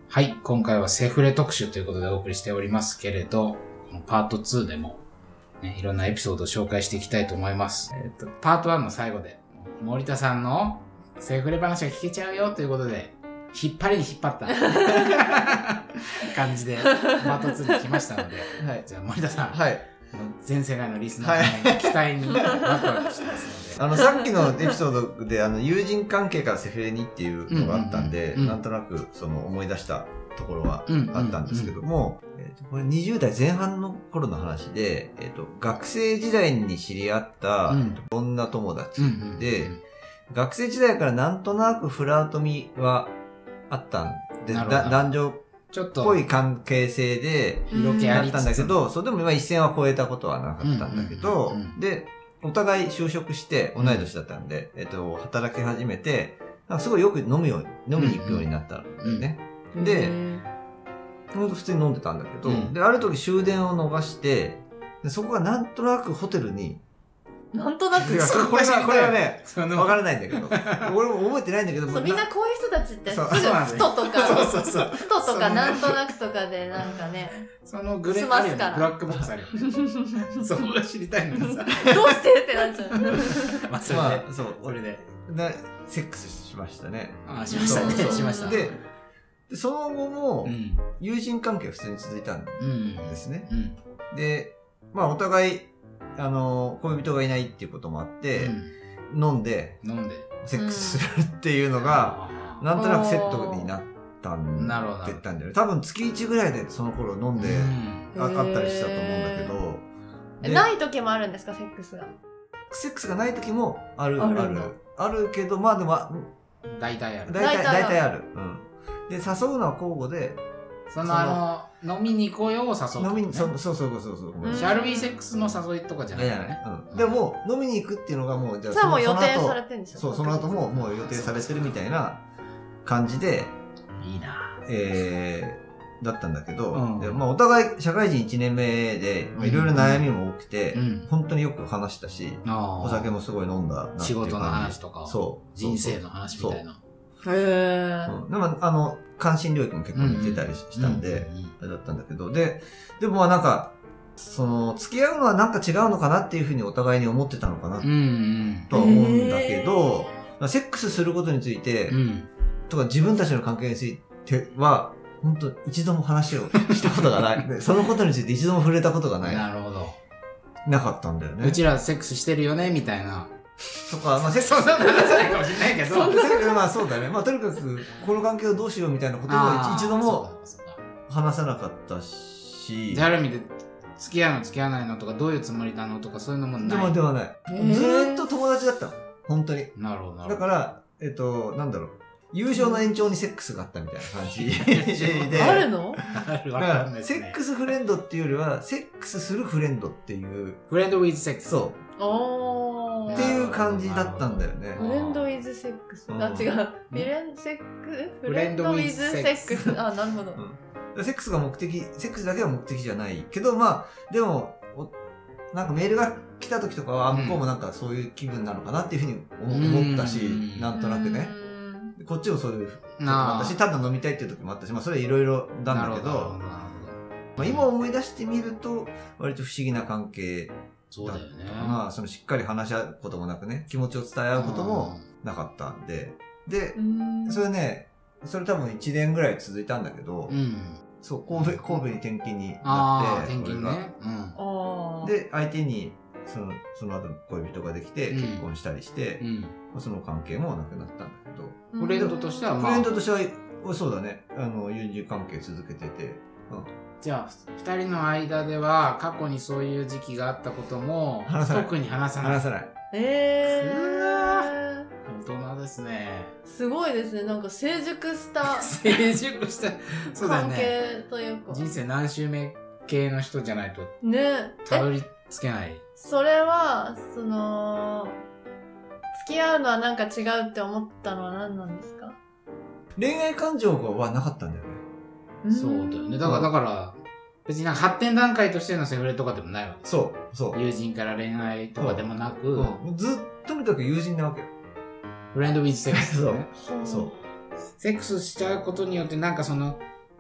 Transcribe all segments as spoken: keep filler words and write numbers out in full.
はい、今回はセフレ特集ということでお送りしておりますけれど、パートツーでも、ね、いろんなエピソードを紹介していきたいと思います。えーと、パートワンの最後で、森田さんのセフレ話が聞けちゃうよということで、引っ張りに引っ張った感じでパートツーに来ましたので、はい、じゃあ森田さん、はい、全世界のリスナーの期待にワクワクしてますので、 あのさっきのエピソードであの友人関係からセフレにっていうのがあったんで、うんうんうん、なんとなくその思い出したところはあったんですけども、うんうんうん、えー、とこれにじゅう代前半の頃の話で、えー、と学生時代に知り合った女友達で、うんうんうんうん、学生時代からなんとなくフラート味はあったんで、男女っぽい関係性でだったんだけど、それでも一線は越えたことはなかったんだけど、うんうんうん、で、お互い就職して同い年だったんで、うん、えっと、働き始めて、なんかすごいよく飲むように、飲みに行くようになったんだよね。うんうん、で、普通に飲んでたんだけど、うん、で、ある時終電を逃して、でそこがなんとなくホテルに、 なんとなくこれは、これはね、わからないんだけど。俺も覚えてないんだけど。 そう、みんなこういう人たちって、すぐふととか、 そうそうそう。 ふととか、なんとなくとかで、なんかね。 そのグレーあるよね。ブラックボックスあるよね。そこが知りたいんださ。 どうしてってなっちゃう。 まあ、それで。そう、俺で。 セックスしましたね。 ああ、しましたね。しました。 で、その後も、友人関係は普通に続いたんですね。で、まあ、お互い、あの、恋人がいないっていうこともあって、うん、飲んで、 飲んで、 セックスするっていうのが、うん、なんとなくセットになったんだって言ったんだよね。多分月いちぐらいでその頃飲んで、うん、あ, あったりしたと思うんだけど。 ない時もあるんですか、セックスが。 セックスがない時もある、ある。ある, あるけど、まあでも、 大体ある。 大体、大体ある。うん。で、誘うのは交互で、 そのあの、飲みに行こうよを誘う、ね。 飲みに、そうそうそうそうそう。 シャルビーセックスの誘いとかじゃないよね。 うん。でも、飲みに行くっていうのがもう、 じゃあ、それも予定されてるんですよ。 そう、その後ももう予定されてるみたいな感じで、 いいなえー、だったんだけど、うん、でまあ、お互い社会人いちねんめで、いろいろ悩みも多くて、うん、本当によく話したし、うん、お酒もすごい飲んだなっていう感じ。 仕事の話とか、そう。人生の話みたいな。 へー。 うん、でも、あの、関心領域も結構似てたりしたんで、あれだったんだけど、で、でもまあなんか、その、付き合うのはなんか違うのかなっていうふうにお互いに思ってたのかな、とは思うんだけど、セックスすることについて、うん、とか自分たちの関係については、本当一度も話をしたことがない。そのことについて一度も触れたことがない。 なるほど。 なかったんだよね。 うちらセックスしてるよね、みたいな。 とか、まあ、セックス。 そんな話さないかもしれないけど。 まあ、そうだね。まあ、とにかく、この関係をどうしようみたいなことは一度も話さなかったし。 じゃあ、ある意味で、付き合うの付き合わないのとか、どういうつもりなのとか、そういうのもない。 でも、ではない。ずーっと友達だったの。本当に。 なるほど。 だから、えっと、なんだろう。友情の延長にセックスがあったみたいな感じで。 あるの？ あるわかんないですね。セックスフレンドっていうよりは、セックスするフレンドっていう。 フレンドウィズセックス。 そう。 おー。 っていう感じだったんだよね。 フレンドウィズセックス。あ、違う。フレンセックフレンドウィズセックス。あ、なるほど、 うん。セックスが目的、セックスだけは目的じゃないけど、まあ、でも、なんかメールが来た時とかは、向こうもなんかそういう気分なのかなっていうふうに思ったし、うん、なんとなくね。こっちもそういう時もあったし、ただ飲みたいっていう時もあったし、まあそれいろいろなんだけど、まあ、今思い出してみると、割と不思議な関係だったかな。そのしっかり話し合うこともなくね、気持ちを伝え合うこともなかったんで。で、それね、それ多分いちねんぐらい続いたんだけど、うん、そう、神戸、神戸に転勤になって、 転勤ね。 うん、で、相手に、その、その後恋人ができて、結婚したりして、うんまあ、その関係もなくなったんだけど。 フレンドとしては、 まあ、フレンドとしては、そうだね。あの、友人関係続けてて。 うん、じゃあ、二人の間では、過去にそういう時期があったことも、特に話さない。 話さない。 えー。大人ですね。 すごいですね。なんか成熟した。 成熟した。 そうだよね。関係というか。 人生何周目系の人じゃないと。 ね。 たどり着けない。 それは、その、付き合うのはなんか違うって思ったのは何なんですか？ 恋愛感情はなかったんだよね。 そうだよね。だから、だから、別になんか発展段階としてのセフレとかでもないわけ。 そう、そう。 友人から恋愛とかでもなく、 うん、ずっととにかく友人なわけよ。 フレンドウィズセックス、 ね。そう。そう。 セックスしちゃうことによってなんかその、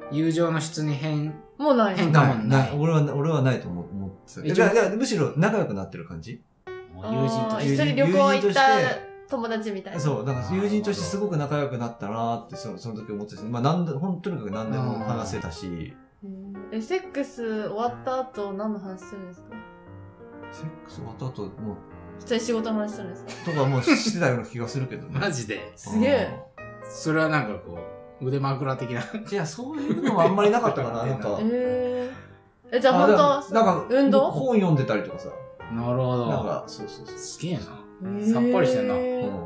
友情の質に変、 もうない。 変化もない。 俺は、俺はないと思ってた。いや、むしろ仲良くなってる感じ？ 友人として。 一緒に旅行行った友達みたいな。 そう、だから友人としてすごく仲良くなったなって、その、その時思ってたし、まあ、なんで、ほんとにかく何でも話せたし。 え、セックス終わった後何の話するんですか？ セックス終わった後、もう。 普通に仕事の話するんですか？ とかもうしてたような気がするけどね。 マジで。 すげえ。 それはなんかこう、腕枕的な。 いや、そういうのはあんまりなかったかな、なんか。 えー、え、じゃあ本当なんか、 運動本読んでたりとかさ。 なるほど。 なんか、そうそうそう。 すげえな。さっぱりしてんな。うん。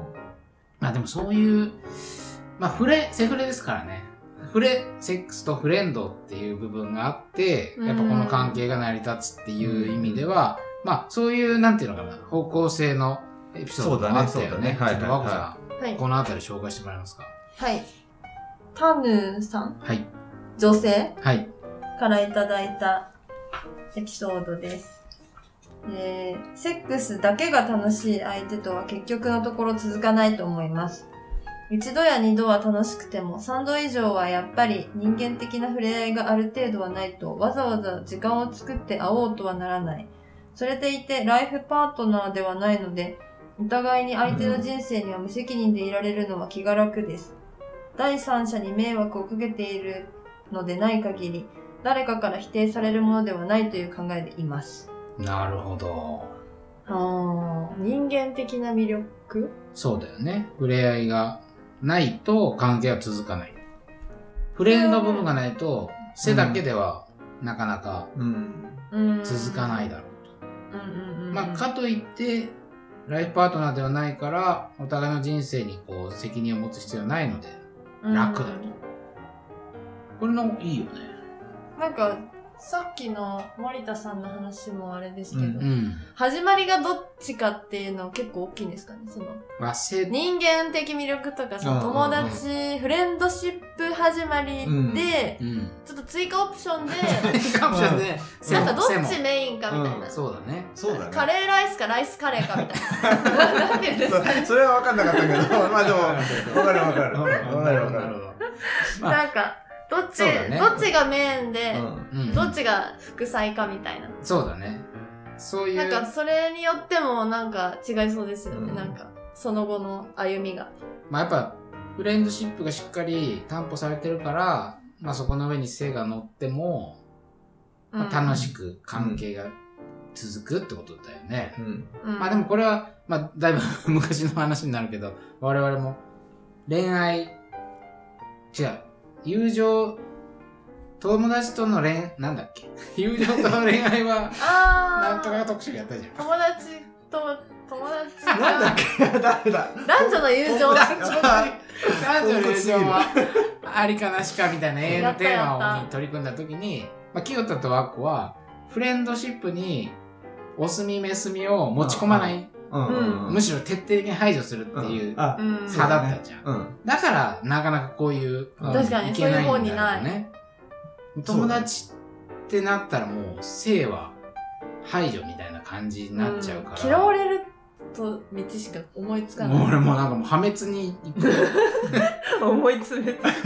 まあでもそういう、まあ触れ、セフレですからね。触れ、セックスとフレンドっていう部分があって、やっぱこの関係が成り立つっていう意味では、まあそういう、なんていうのかな、方向性のエピソードがあったよね。ちょっと和子さん、はい、このあたり紹介してもらえますか？ はい。タヌーさん。 はい。 女性。 はい。 からいただいたエピソードです。えー、セックスだけが楽しい相手とは結局のところ続かないと思います。一度や二度は楽しくても三度以上はやっぱり人間的な触れ合いがある程度はないとわざわざ時間を作って会おうとはならない。それでいてライフパートナーではないので、お互いに相手の人生には無責任でいられるのは気が楽です。第三者に迷惑をかけているのでない限り、誰かから否定されるものではないという考えでいます。 なるほど。 あー、人間的な魅力？ そうだよね。触れ合いがないと関係は続かない。触れの部分がないと、背だけではなかなか続かないだろうと。まあ、かといって、ライフパートナーではないから、お互いの人生にこう責任を持つ必要はないので、楽だと。これのいいよね。 なんか、さっきの森田さんの話もあれですけど、うんうん、 始まりがどっちかっていうのは結構大きいんですかね。その人間的魅力とかその友達、フレンドシップ始まりで、うんうん、ちょっと追加オプションで、 追加オプションで、 なんかどっちメインかみたいな。 うん、そうだね。 そうだね。 カレーライスかライスカレーかみたいな。なんていうんですかね。 それは分かんなかったけど、まあでも、分かる分かる。分かる分かる。 なんか、どっち、ね、どっちがメインで、うん、どっちが副菜かみたいな。 そうだね。そういう。 なんか、それによってもなんか違いそうですよね。うん、なんか、その後の歩みが。 まあやっぱ、フレンドシップがしっかり担保されてるから、まあそこの上に背が乗っても、まあ、楽しく関係が続くってことだよね。うんうん、まあでもこれは、まあだいぶ昔の話になるけど、我々も恋愛、違う。友情、友達との恋、なんだっけ友情との恋愛は、なんとか特集やったじゃん。 友達と、友達なんだっけ誰だ男女の友情男女の友情は、ありかなしかみたいな永遠のテーマに取り組んだときに、まあ、清田とアッコは、フレンドシップに、オスミメスミを持ち込まない。うんうんうん、むしろ徹底的に排除するっていう派だったじゃん。うんうん、だから、なかなかこういう、 確かにいけないんだよね。そういう方にない。 友達ってなったらもう、性は排除みたいな感じになっちゃうから。 うん、嫌われると道しか思いつかない。 俺もなんかもう破滅に行く。 思い詰めた。も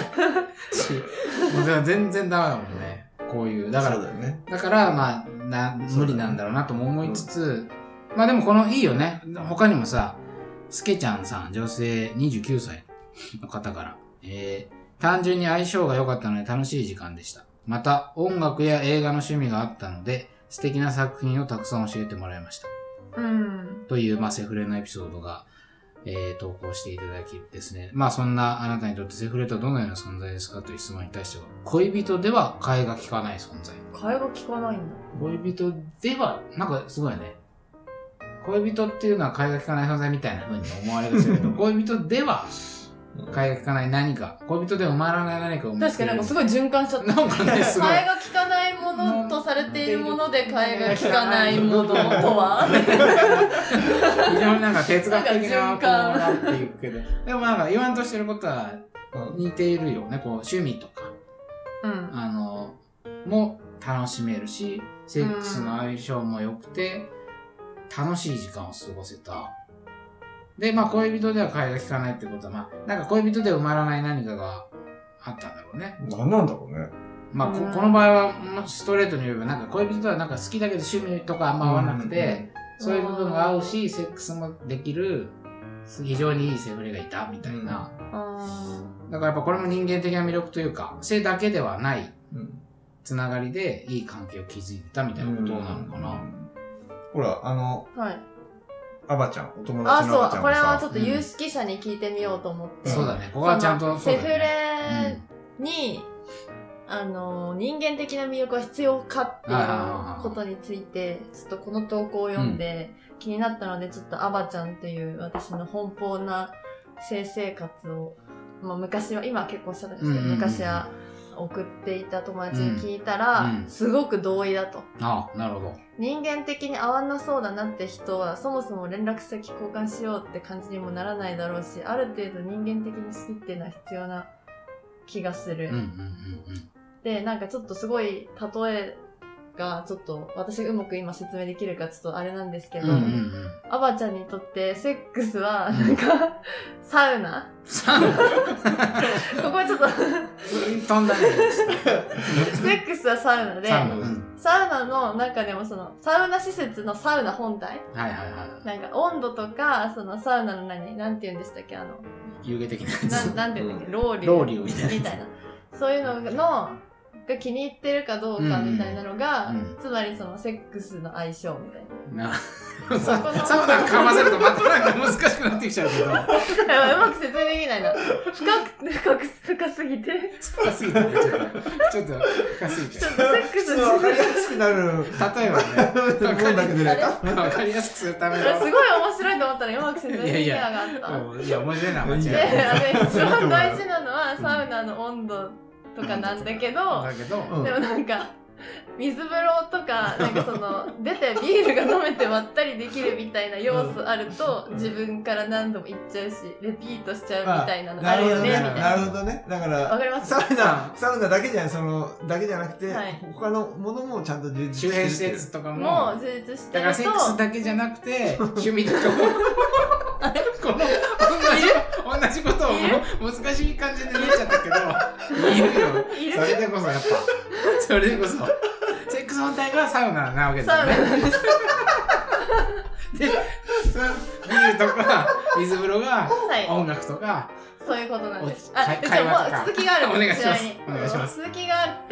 う全然ダメだもんね。こういう。だから、だね、だからまあな、無理なんだろうなとも思いつつ、まあでもこのいいよね。他にもさ、スケちゃんさん、女性にじゅうきゅうさいの方から、えー、単純に相性が良かったので楽しい時間でした。また、音楽や映画の趣味があったので、素敵な作品をたくさん教えてもらいました。 うん。 という、まあ、セフレのエピソードが、えー、投稿していただきですね。まあ、そんなあなたにとってセフレとはどのような存在ですかという質問に対しては、恋人では替えが利かない存在。 替えが利かないんだ。 恋人では、なんかすごいね。恋人っていうのは替えが利かない存在みたいな風に思われるんですけど、恋人では、替えが利かない何か、恋人で埋まらない何かを見つける。 確かになんかすごい循環しちゃった。 なんかね、すごい。 替えが利かないものとされているもので替えが利かないものとは非常になんか哲学的なこうなっていくけど。でもなんか言わんとしてることは似ているよね。こう趣味とか、うん、あの、も楽しめるし、セックスの相性も良くて、楽しい時間を過ごせた。で、まあ恋人では替えが利かないってことは、まあなんか恋人で埋まらない何かがあったんだろうね。 何なんだろうね。 まあ、こ, この場合はストレートに言えばなんか恋人とはなんか好きだけど趣味とかあんま合わなくて、うん、そういう部分が合うしセックスもできる非常にいいセフレがいたみたいな、うん、だからやっぱこれも人間的な魅力というか性だけではないつながりでいい関係を築いてたみたいなことなのかな、うん、 ほらあの、 はい、 アバちゃんお友達のアバちゃんもさ、 あ、そう、これはちょっと有識者に聞いてみようと思って、 うん、そうだね、ここはちゃんとセフレに、うん、あの人間的な魅力は必要かっていうことについてちょっとこの投稿を読んで気になったので、ちょっとアバちゃんという私の奔放な性生活を、まあ、昔は今は結婚しちゃったんですけど、うんうんうん、昔は送っていた友達に聞いたら、うんうん、すごく同意だと。 ああ、なるほど。 人間的に合わなそうだなって人はそもそも連絡先交換しようって感じにもならないだろうし、ある程度人間的に好きっていうのは必要な気がする、うんうんうんうん、でなんかちょっとすごい例えがちょっと私がうまく今説明できるかちょっとあれなんですけど、うんうんうん、アバちゃんにとってセックスはなんかサウナサウナここはちょっと飛んだねセックスはサウナでサウナ、うん、サウナの中でもそのサウナ施設のサウナ本体、 はいはいはい、 なんか温度とかそのサウナの何なんて言うんでしたっけ、あの湯気的なやつななんて言うんだっけ、ロウリュロウリュみたいなみたいなそういうののが気に入ってるかどうかみたいなのが、うんうん、つまりそのセックスの相性みたいな。なそこのサウナかませるとまたなんか難しくなってきちゃうけど。うまく説明できないな。深く深く深すぎて。 深すぎてちょっとちょっと深すぎて。 ちょっとセックスわかりやすくなる。 例えばね。わかりだけでわかりやすくするための。 すごい面白いと思ったらうまく説明できなかった。 いやいや、いや面白いな間違いない。 で、一番大事なのはサウナの温度とかなんだけど、 だけど、 でもなんか水風呂とかなんかその出てビールが飲めてまったりできるみたいな要素あると、自分から何度も言っちゃうしレピートしちゃうみたいなのあるよねみたいな。 なるほどね。だからわかります。 サウナサウナだけじゃそのだけじゃなくて、はい、他のものもちゃんと充実してる。 周辺施設とかももう充実してると。 だからセックスだけじゃなくて趣味とかもこの同じ同じことを難しい感じで言っちゃったけどいるよ。 いるそれでこそやっぱそれでこそセックス本体がサウナなわけですよね。 サウナなんです。 で、ビールとか水風呂が音楽とか、はい、 そういうことなんです。 あ、会話とか。 続きがあるんです。 お願いします。お願いします。 続きがあって。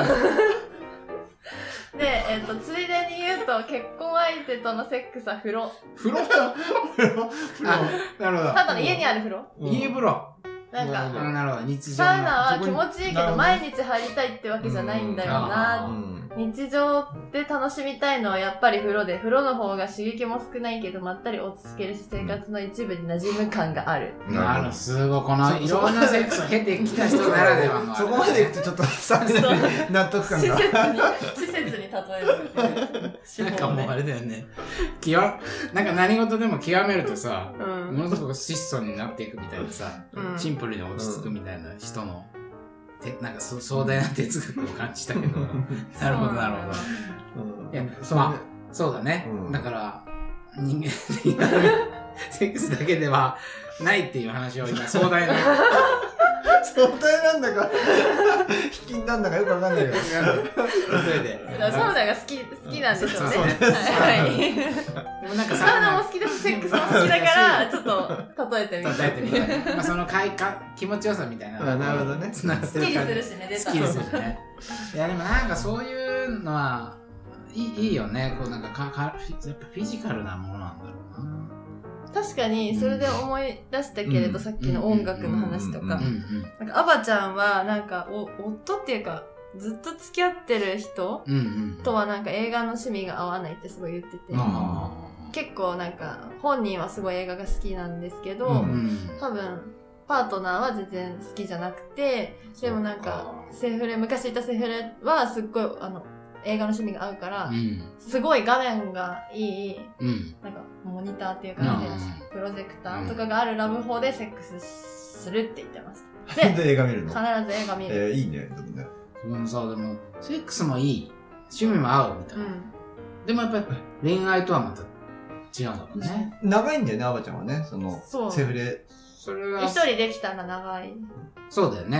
で、えっと、ついでに言うと、結婚相手とのセックスは風呂。 風呂風呂あ、なるほど。 ただの家にある風呂、 うん、家風呂。 なんか、 うん、なるほど。日常サウナは気持ちいいけど、毎日入りたいってわけじゃないんだよな。うん、日常で楽しみたいのはやっぱり風呂で、風呂の方が刺激も少ないけど、まったり落ち着けるし、生活の一部に馴染む感がある。 なるほど。すごい、このいろんなセックスを経てきた人ならではの。 そこまでいくとちょっとサウナに納得感が。 施設に、施設に例える。 なんかもうあれだよね。きわ、なんか何事でも極めるとさ、うん、ものすごく質素になっていくみたいなさ、うん、シンプルに落ち着くみたいな人の、てなんかそ壮大な哲学を感じたけど、なるほどなるほど。うん、いや、まあ、そうだね。うん、だから、人間的なセックスだけではないっていう話を今壮大な。 壮大なんだか引きなんだかよくわかんないよ。 例えで。 サウナが好き好きなんでしょうね。はい。でもなんかサウナも好きだしセックスも好きだからちょっと例えてみた。 例えてみた。まあその快感気持ちよさみたいな。 なるほどね。 すっきりするしね出た。 すっきりするしね。いやでもなんかそういうのはいいいいよね。こうなんかかかやっぱフィジカルなものなんだろうな。 確かにそれで思い出したけれど、うん、さっきの音楽の話とか、なんかアバちゃんはなんかお夫っていうかずっと付き合ってる人、うんうん、とはなんか映画の趣味が合わないってすごい言ってて、うん、結構なんか本人はすごい映画が好きなんですけど、うん、多分パートナーは全然好きじゃなくて、でもなんかセフレ昔いたセフレはすっごいあの映画の趣味が合うから、うん、すごい画面がいい、うん、なんかモニターっていうか、ね、うん、プロジェクターとかがあるラブホでセックスするって言ってます。 で、で映画見るの？ 必ず映画見る。 えー、いいね、でもね。 そのさ、でもセックスもいい、趣味も合うみたいな。うん、でもやっぱり恋愛とはまた違うんだろうね。 長いんだよね、アバちゃんはね、そのセフレ。 それは一人できたら長い。 そうだよね。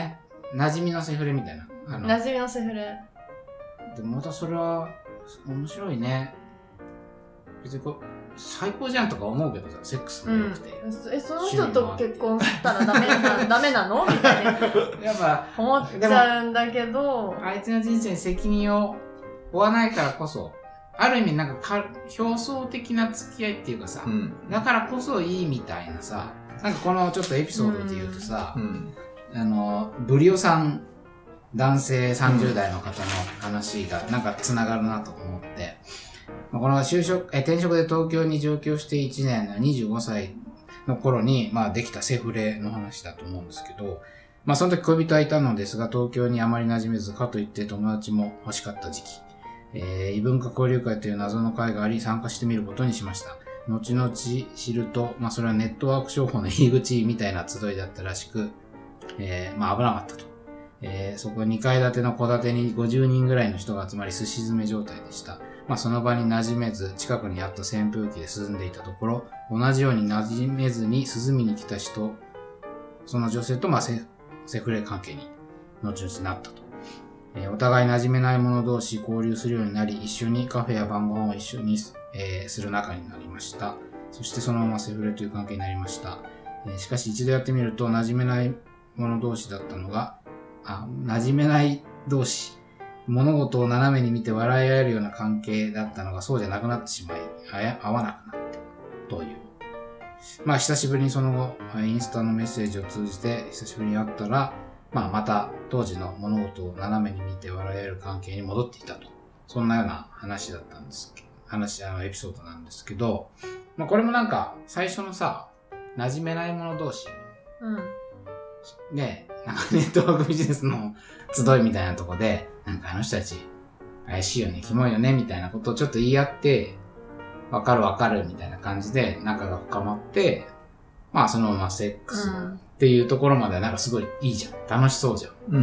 馴染みのセフレみたいな。あの馴染みのセフレ。 でもまたそれは、面白いね。別にこう、最高じゃんとか思うけどさ、セックスも良くて。 うん、え、その人と結婚したらダメな、ダメなのみたいな。 やっぱ、 思っちゃうんだけど。 相手の人生に責任を負わないからこそ、ある意味なんかか表層的な付き合いっていうかさ、うん、だからこそいいみたいなさ、なんかこのちょっとエピソードで言うとさ、うん、あの、ブリオさん、男性さんじゅう代の方の話がなんか繋がるなと思って、この就職、え、転職で東京に上京していちねんのにじゅうごさいの頃に、まあできたセフレの話だと思うんですけど、まあその時恋人はいたのですが、東京にあまり馴染めず、かといって友達も欲しかった時期。えー、異文化交流会という謎の会があり、参加してみることにしました。後々知ると、まあそれはネットワーク商法の入り口みたいな集いだったらしく、えー、まあ危なかったと。えー、そこにかい建ての戸建てにごじゅうにんぐらいの人が集まり、すし詰め状態でした。まあその場に馴染めず、近くにあった扇風機で涼んでいたところ、同じように馴染めずに涼みに来た人、その女性とまあセ、セフレ関係に後々なったと。えー、お互い馴染めない者同士交流するようになり、一緒にカフェや晩ご飯を一緒に、えー、する仲になりました。そしてそのままセフレという関係になりました。えー、しかし一度やってみると馴染めない者同士だったのが、あ、馴染めない同士、物事を斜めに見て笑い合えるような関係だったのがそうじゃなくなってしまい、合わなくなって、という。まあ久しぶりにその後、インスタのメッセージを通じて久しぶりに会ったら、まあまた当時の物事を斜めに見て笑い合える関係に戻っていたと。そんなような話だったんですけど、話、あのエピソードなんですけど、まあこれもなんか最初のさ、馴染めない者同士。 うん。 ねえ、なんかネットワークビジネスの集いみたいなとこで、なんかあの人たち怪しいよね、キモいよね、みたいなことをちょっと言い合って、わかるわかるみたいな感じで仲が深まって、まあそのままセックスっていうところまではなんかすごいいいじゃん。楽しそうじゃん。 うん。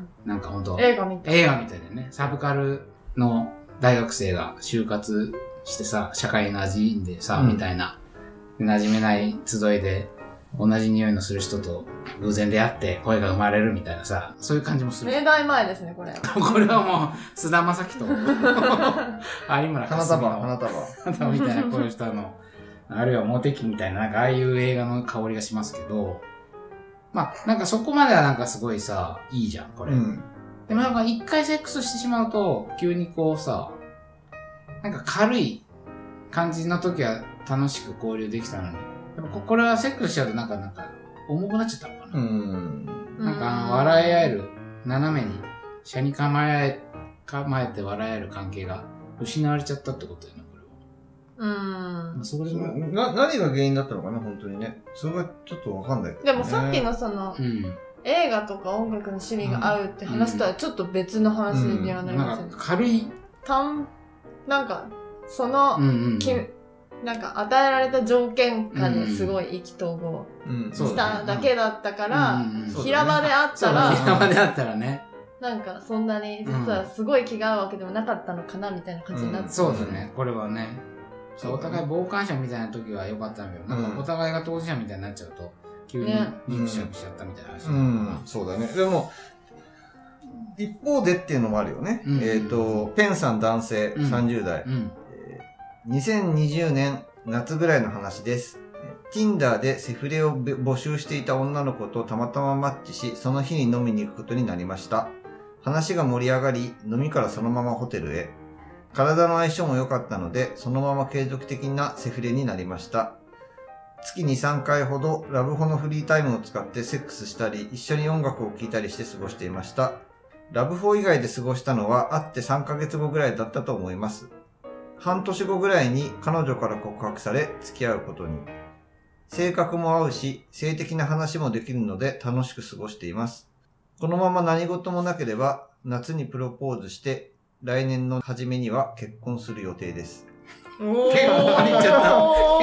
なんかほんと。 映画みたい。 映画みたいでね、サブカルの大学生が就活してさ、社会に馴染んでさ、うん、みたいな、馴染めない集いで、同じ匂いのする人と偶然出会って声が生まれるみたいなさ、そういう感じもする。 明大前ですね、これ。 これはもう、菅田将暉と、有村架純の、 花束、 花束みたいな声をしたの、あるいはモテキみたいな、なんかああいう映画の香りがしますけど、まあ、なんかそこまではなんかすごいさ、いいじゃん、これ。うん、でもなんか一回セックスしてしまうと、急にこうさ、なんか軽い感じの時は楽しく交流できたのに、でもこれはセックスしちゃうとなんか、なんか、重くなっちゃったのかな。うん。なんかあの、笑い合える、斜めに、車に構え、構えて笑い合える関係が失われちゃったってことだよね、これは。 うん。 それもな、何が原因だったのかな、本当にね。それがちょっとわかんない、ね。 でもさっきのその、うん、映画とか音楽の趣味が合うって話とはちょっと別の話にはなりません、 うんうん、なんか軽い。 単、なんか、その、うんうん、なんか与えられた条件下ですごい意気投合しただけだったから、平場であったら、 平場であったらね。 なんかそんなに実はすごい気が合うわけでもなかったのかなみたいな感じになって、うん、 そうだね、これはね。お互い傍観者みたいな時は良かったんだけど、なんかお互いが当事者みたいになっちゃうと、急にギクシャクしちゃったみたいな話だ、 うんうん。そうだね。でも、一方でっていうのもあるよね。うん、えっ、ー、と、ペンさん男性、さんじゅう代。うんうんにせんにじゅうねん夏ぐらいの話です。Tinder でセフレを募集していた女の子とたまたまマッチし、その日に飲みに行くことになりました。話が盛り上がり、飲みからそのままホテルへ。体の相性も良かったので、そのまま継続的なセフレになりました。月に、さんかいほどラブホのフリータイムを使ってセックスしたり、一緒に音楽を聴いたりして過ごしていました。ラブホ以外で過ごしたのは会ってさんかげつごぐらいだったと思います。半年後ぐらいに彼女から告白され付き合うことに。性格も合うし、性的な話もできるので楽しく過ごしています。このまま何事もなければ夏にプロポーズして来年の初めには結婚する予定です。 おー結婚まで行っちゃった。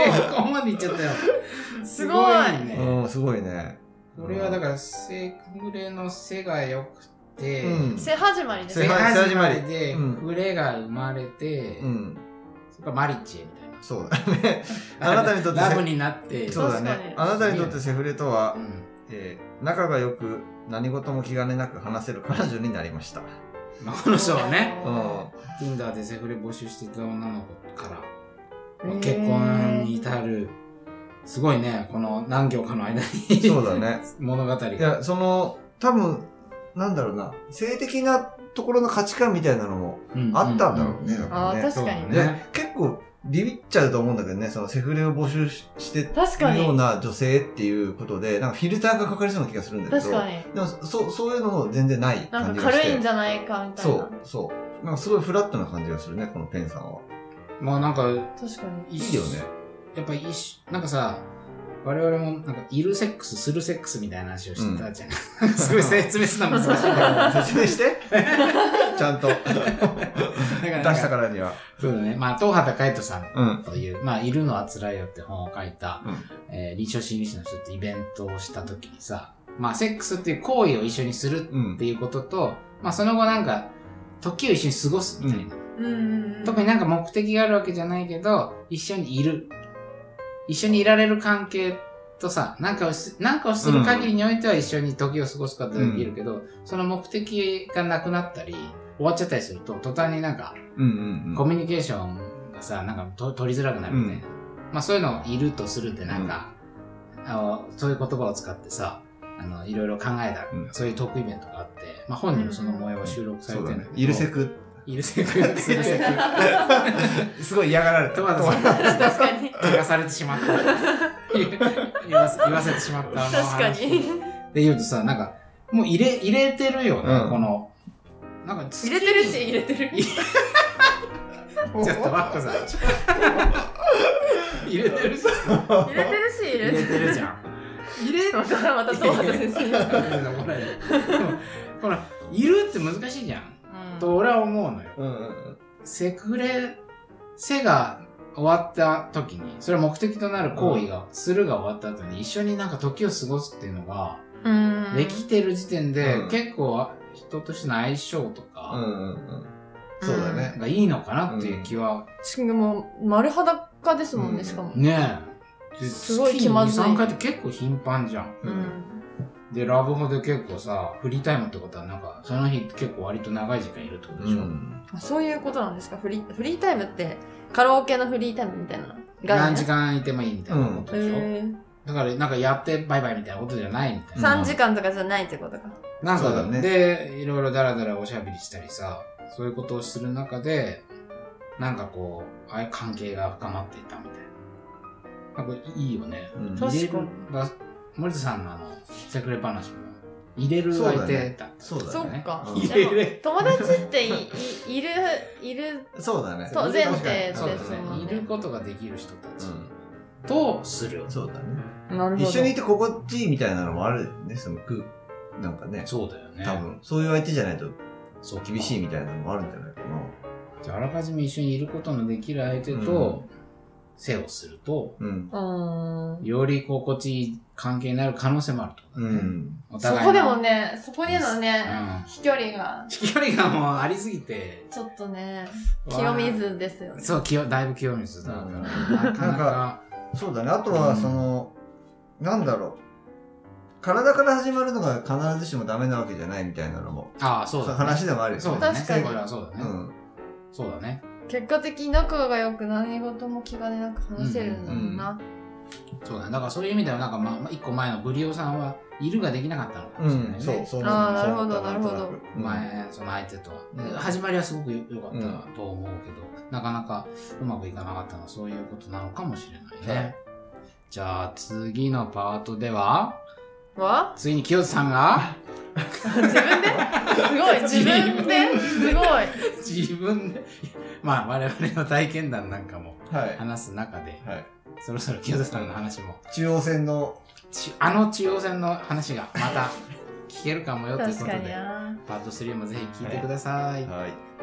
結婚まで行っちゃったよ。 すごいね。うん、すごいね。 これはだからセフレの背が良くて、 うん、背始まりですね。 背始まりでフレが生まれて、うん、マリッジみたいな。 そうだね。あなたにとってラブになって。 そうだね。あなたにとってセフレとは、うんえー、仲が良く何事も気兼ねなく話せる彼女になりました。 まあ、この人はね、 うん、 Tinder でセフレ募集していた女の子から、まあ、結婚に至る、すごいね、この何行かの間にそうだね。 物語が。 いや、その、多分、なんだろうな、性的なところの価値観みたいなのもあったんだろうね。 うんうんうん、ああ、確かにね。結構、ビビっちゃうと思うんだけどね、そのセフレを募集してるような女性っていうことで、なんかフィルターがかかりそうな気がするんだけど、 確かに。 でもそ、そういうのも全然ない感じがして。 なんか軽いんじゃないかみたいな。 そう、そう。なんかすごいフラットな感じがするね、このペンさんは。 まあなんか、確かに。いいよね。 やっぱ一緒、なんかさ、我々もなんか、いるセックス、するセックスみたいな話をしてたじゃん。うん、すごい説明するの難しいんだけど。 説明してちゃんと。出したからには。 そうだね。まあ、東畑海人さんという、うん、まあ、いるのは辛いよって本を書いた、うんえー、臨床心理士の人とイベントをした時にさ、まあ、セックスっていう行為を一緒にするっていうことと、うん、まあ、その後なんか、時を一緒に過ごすみたいな。うん、特になんか目的があるわけじゃないけど、一緒にいる。一緒にいられる関係とさ、なんかをす、なんかをする限りにおいては一緒に時を過ごすことができるけど、うん、その目的がなくなったり、終わっちゃったりすると、途端になんか、うんうんうん、コミュニケーションがさ、なんかと取りづらくなるみたいな。うん、まあそういうのをいるとするってなんか、うん、あのそういう言葉を使ってさ、あの、いろいろ考えた、うん、そういうトークイベントがあって、まあ本にもその模様は収録されてるんだけど、 うん、いるセクいるセク、するセク。 すごい嫌がられた。 確かに。聞かされてしまった。言わせ、言わせてしまった。 確かに。 で言うとさ、なんか、もう入れ、入れてるよね、うん、この、なんか、 入れてるし、入れてる。 ちょっとバッコさん。入れてるし。 入れてるし、入れてる。 入れてるじゃん。入れ、 また、また東畑先生。 この、いるって難しいじゃん。と俺は思うのよ。 うんうんうん、 セクレ、セが終わった時に、それは目的となる行為が、うん、するが終わった後に一緒になんか時を過ごすっていうのが、できてる時点で、うん、結構人としての相性とか、 うんうんうん、そうだね。 がいいのかなっていう気は。 しかも、丸裸ですもんね、しかも。 ねえ。すごい気まずい。 に、さんかいって結構頻繁じゃん。 うんで、ラブホで結構さ、フリータイムってことはなんか、その日結構割と長い時間いるってことでしょ、うん、 そういうことなんですか。フリー、フリータイムってカラオケのフリータイムみたいな。 何時間いてもいいみたいなことでしょ、うん、だからなんかやってバイバイみたいなことじゃないみたいな。 さんじかんとかじゃないってことか。 なんか、ね、で、いろいろダラダラおしゃべりしたりさ、そういうことをする中で、なんかこう、ああいう関係が深まっていたみたいな。なんかいいよね。 うん、確かに。 森田さんのあの、セクレ話も、入れる相手だった。 そうだね。 そうだね。そっか。 入れる。 友達ってい、い、いる、いる。 そうだね。 と前提ですね。いることができる人たちとする。 そうだね。 なるほど。 一緒にいて心地いいみたいなのもあるよね、その空、なんかね。 そうだよね。 多分、そういう相手じゃないと、そう厳しいみたいなのもあるんじゃないかな。 じゃあ、あらかじめ一緒にいることのできる相手と、背をすると、 うん、 より心地いい関係になる可能性もあると、ね。うん、 お互いそこでもね、そこでのね、うん、飛距離が。 飛距離がもうありすぎて。 ちょっとね、清水ですよね。 そう、清だいぶ清水だから。うん、なかなか。 そうだね。あとは、その、うん、なんだろう。体から始まるのが必ずしもダメなわけじゃないみたいなのも。 ああ、そうだ、ね。 話でもあるよね。 そうだね。 確かに。 これはそうだね。うん。そうだね。 結果的に仲が良く何事も気兼ねなく話せるんだろうな、うんうん、 そうだね。だからそういう意味ではなんかまあ一個前のブリオさんはいるができなかったのかもしれないね、うん、 そうそうああなるほどなるほど前その相手とは、うん、始まりはすごく良かったと思うけど、うん、なかなかうまくいかなかったのはそういうことなのかもしれないね、はい、じゃあ次のパートでははついに清津さんが自分ですごい自分ですごい自分でまあ我々の体験談なんかも話す中で、 はいはい、 そろそろ清田さんの話も中央線のあの中央線の話がまた聞けるかもよということで確かにパートスリーもぜひ聞いてください、 はいはい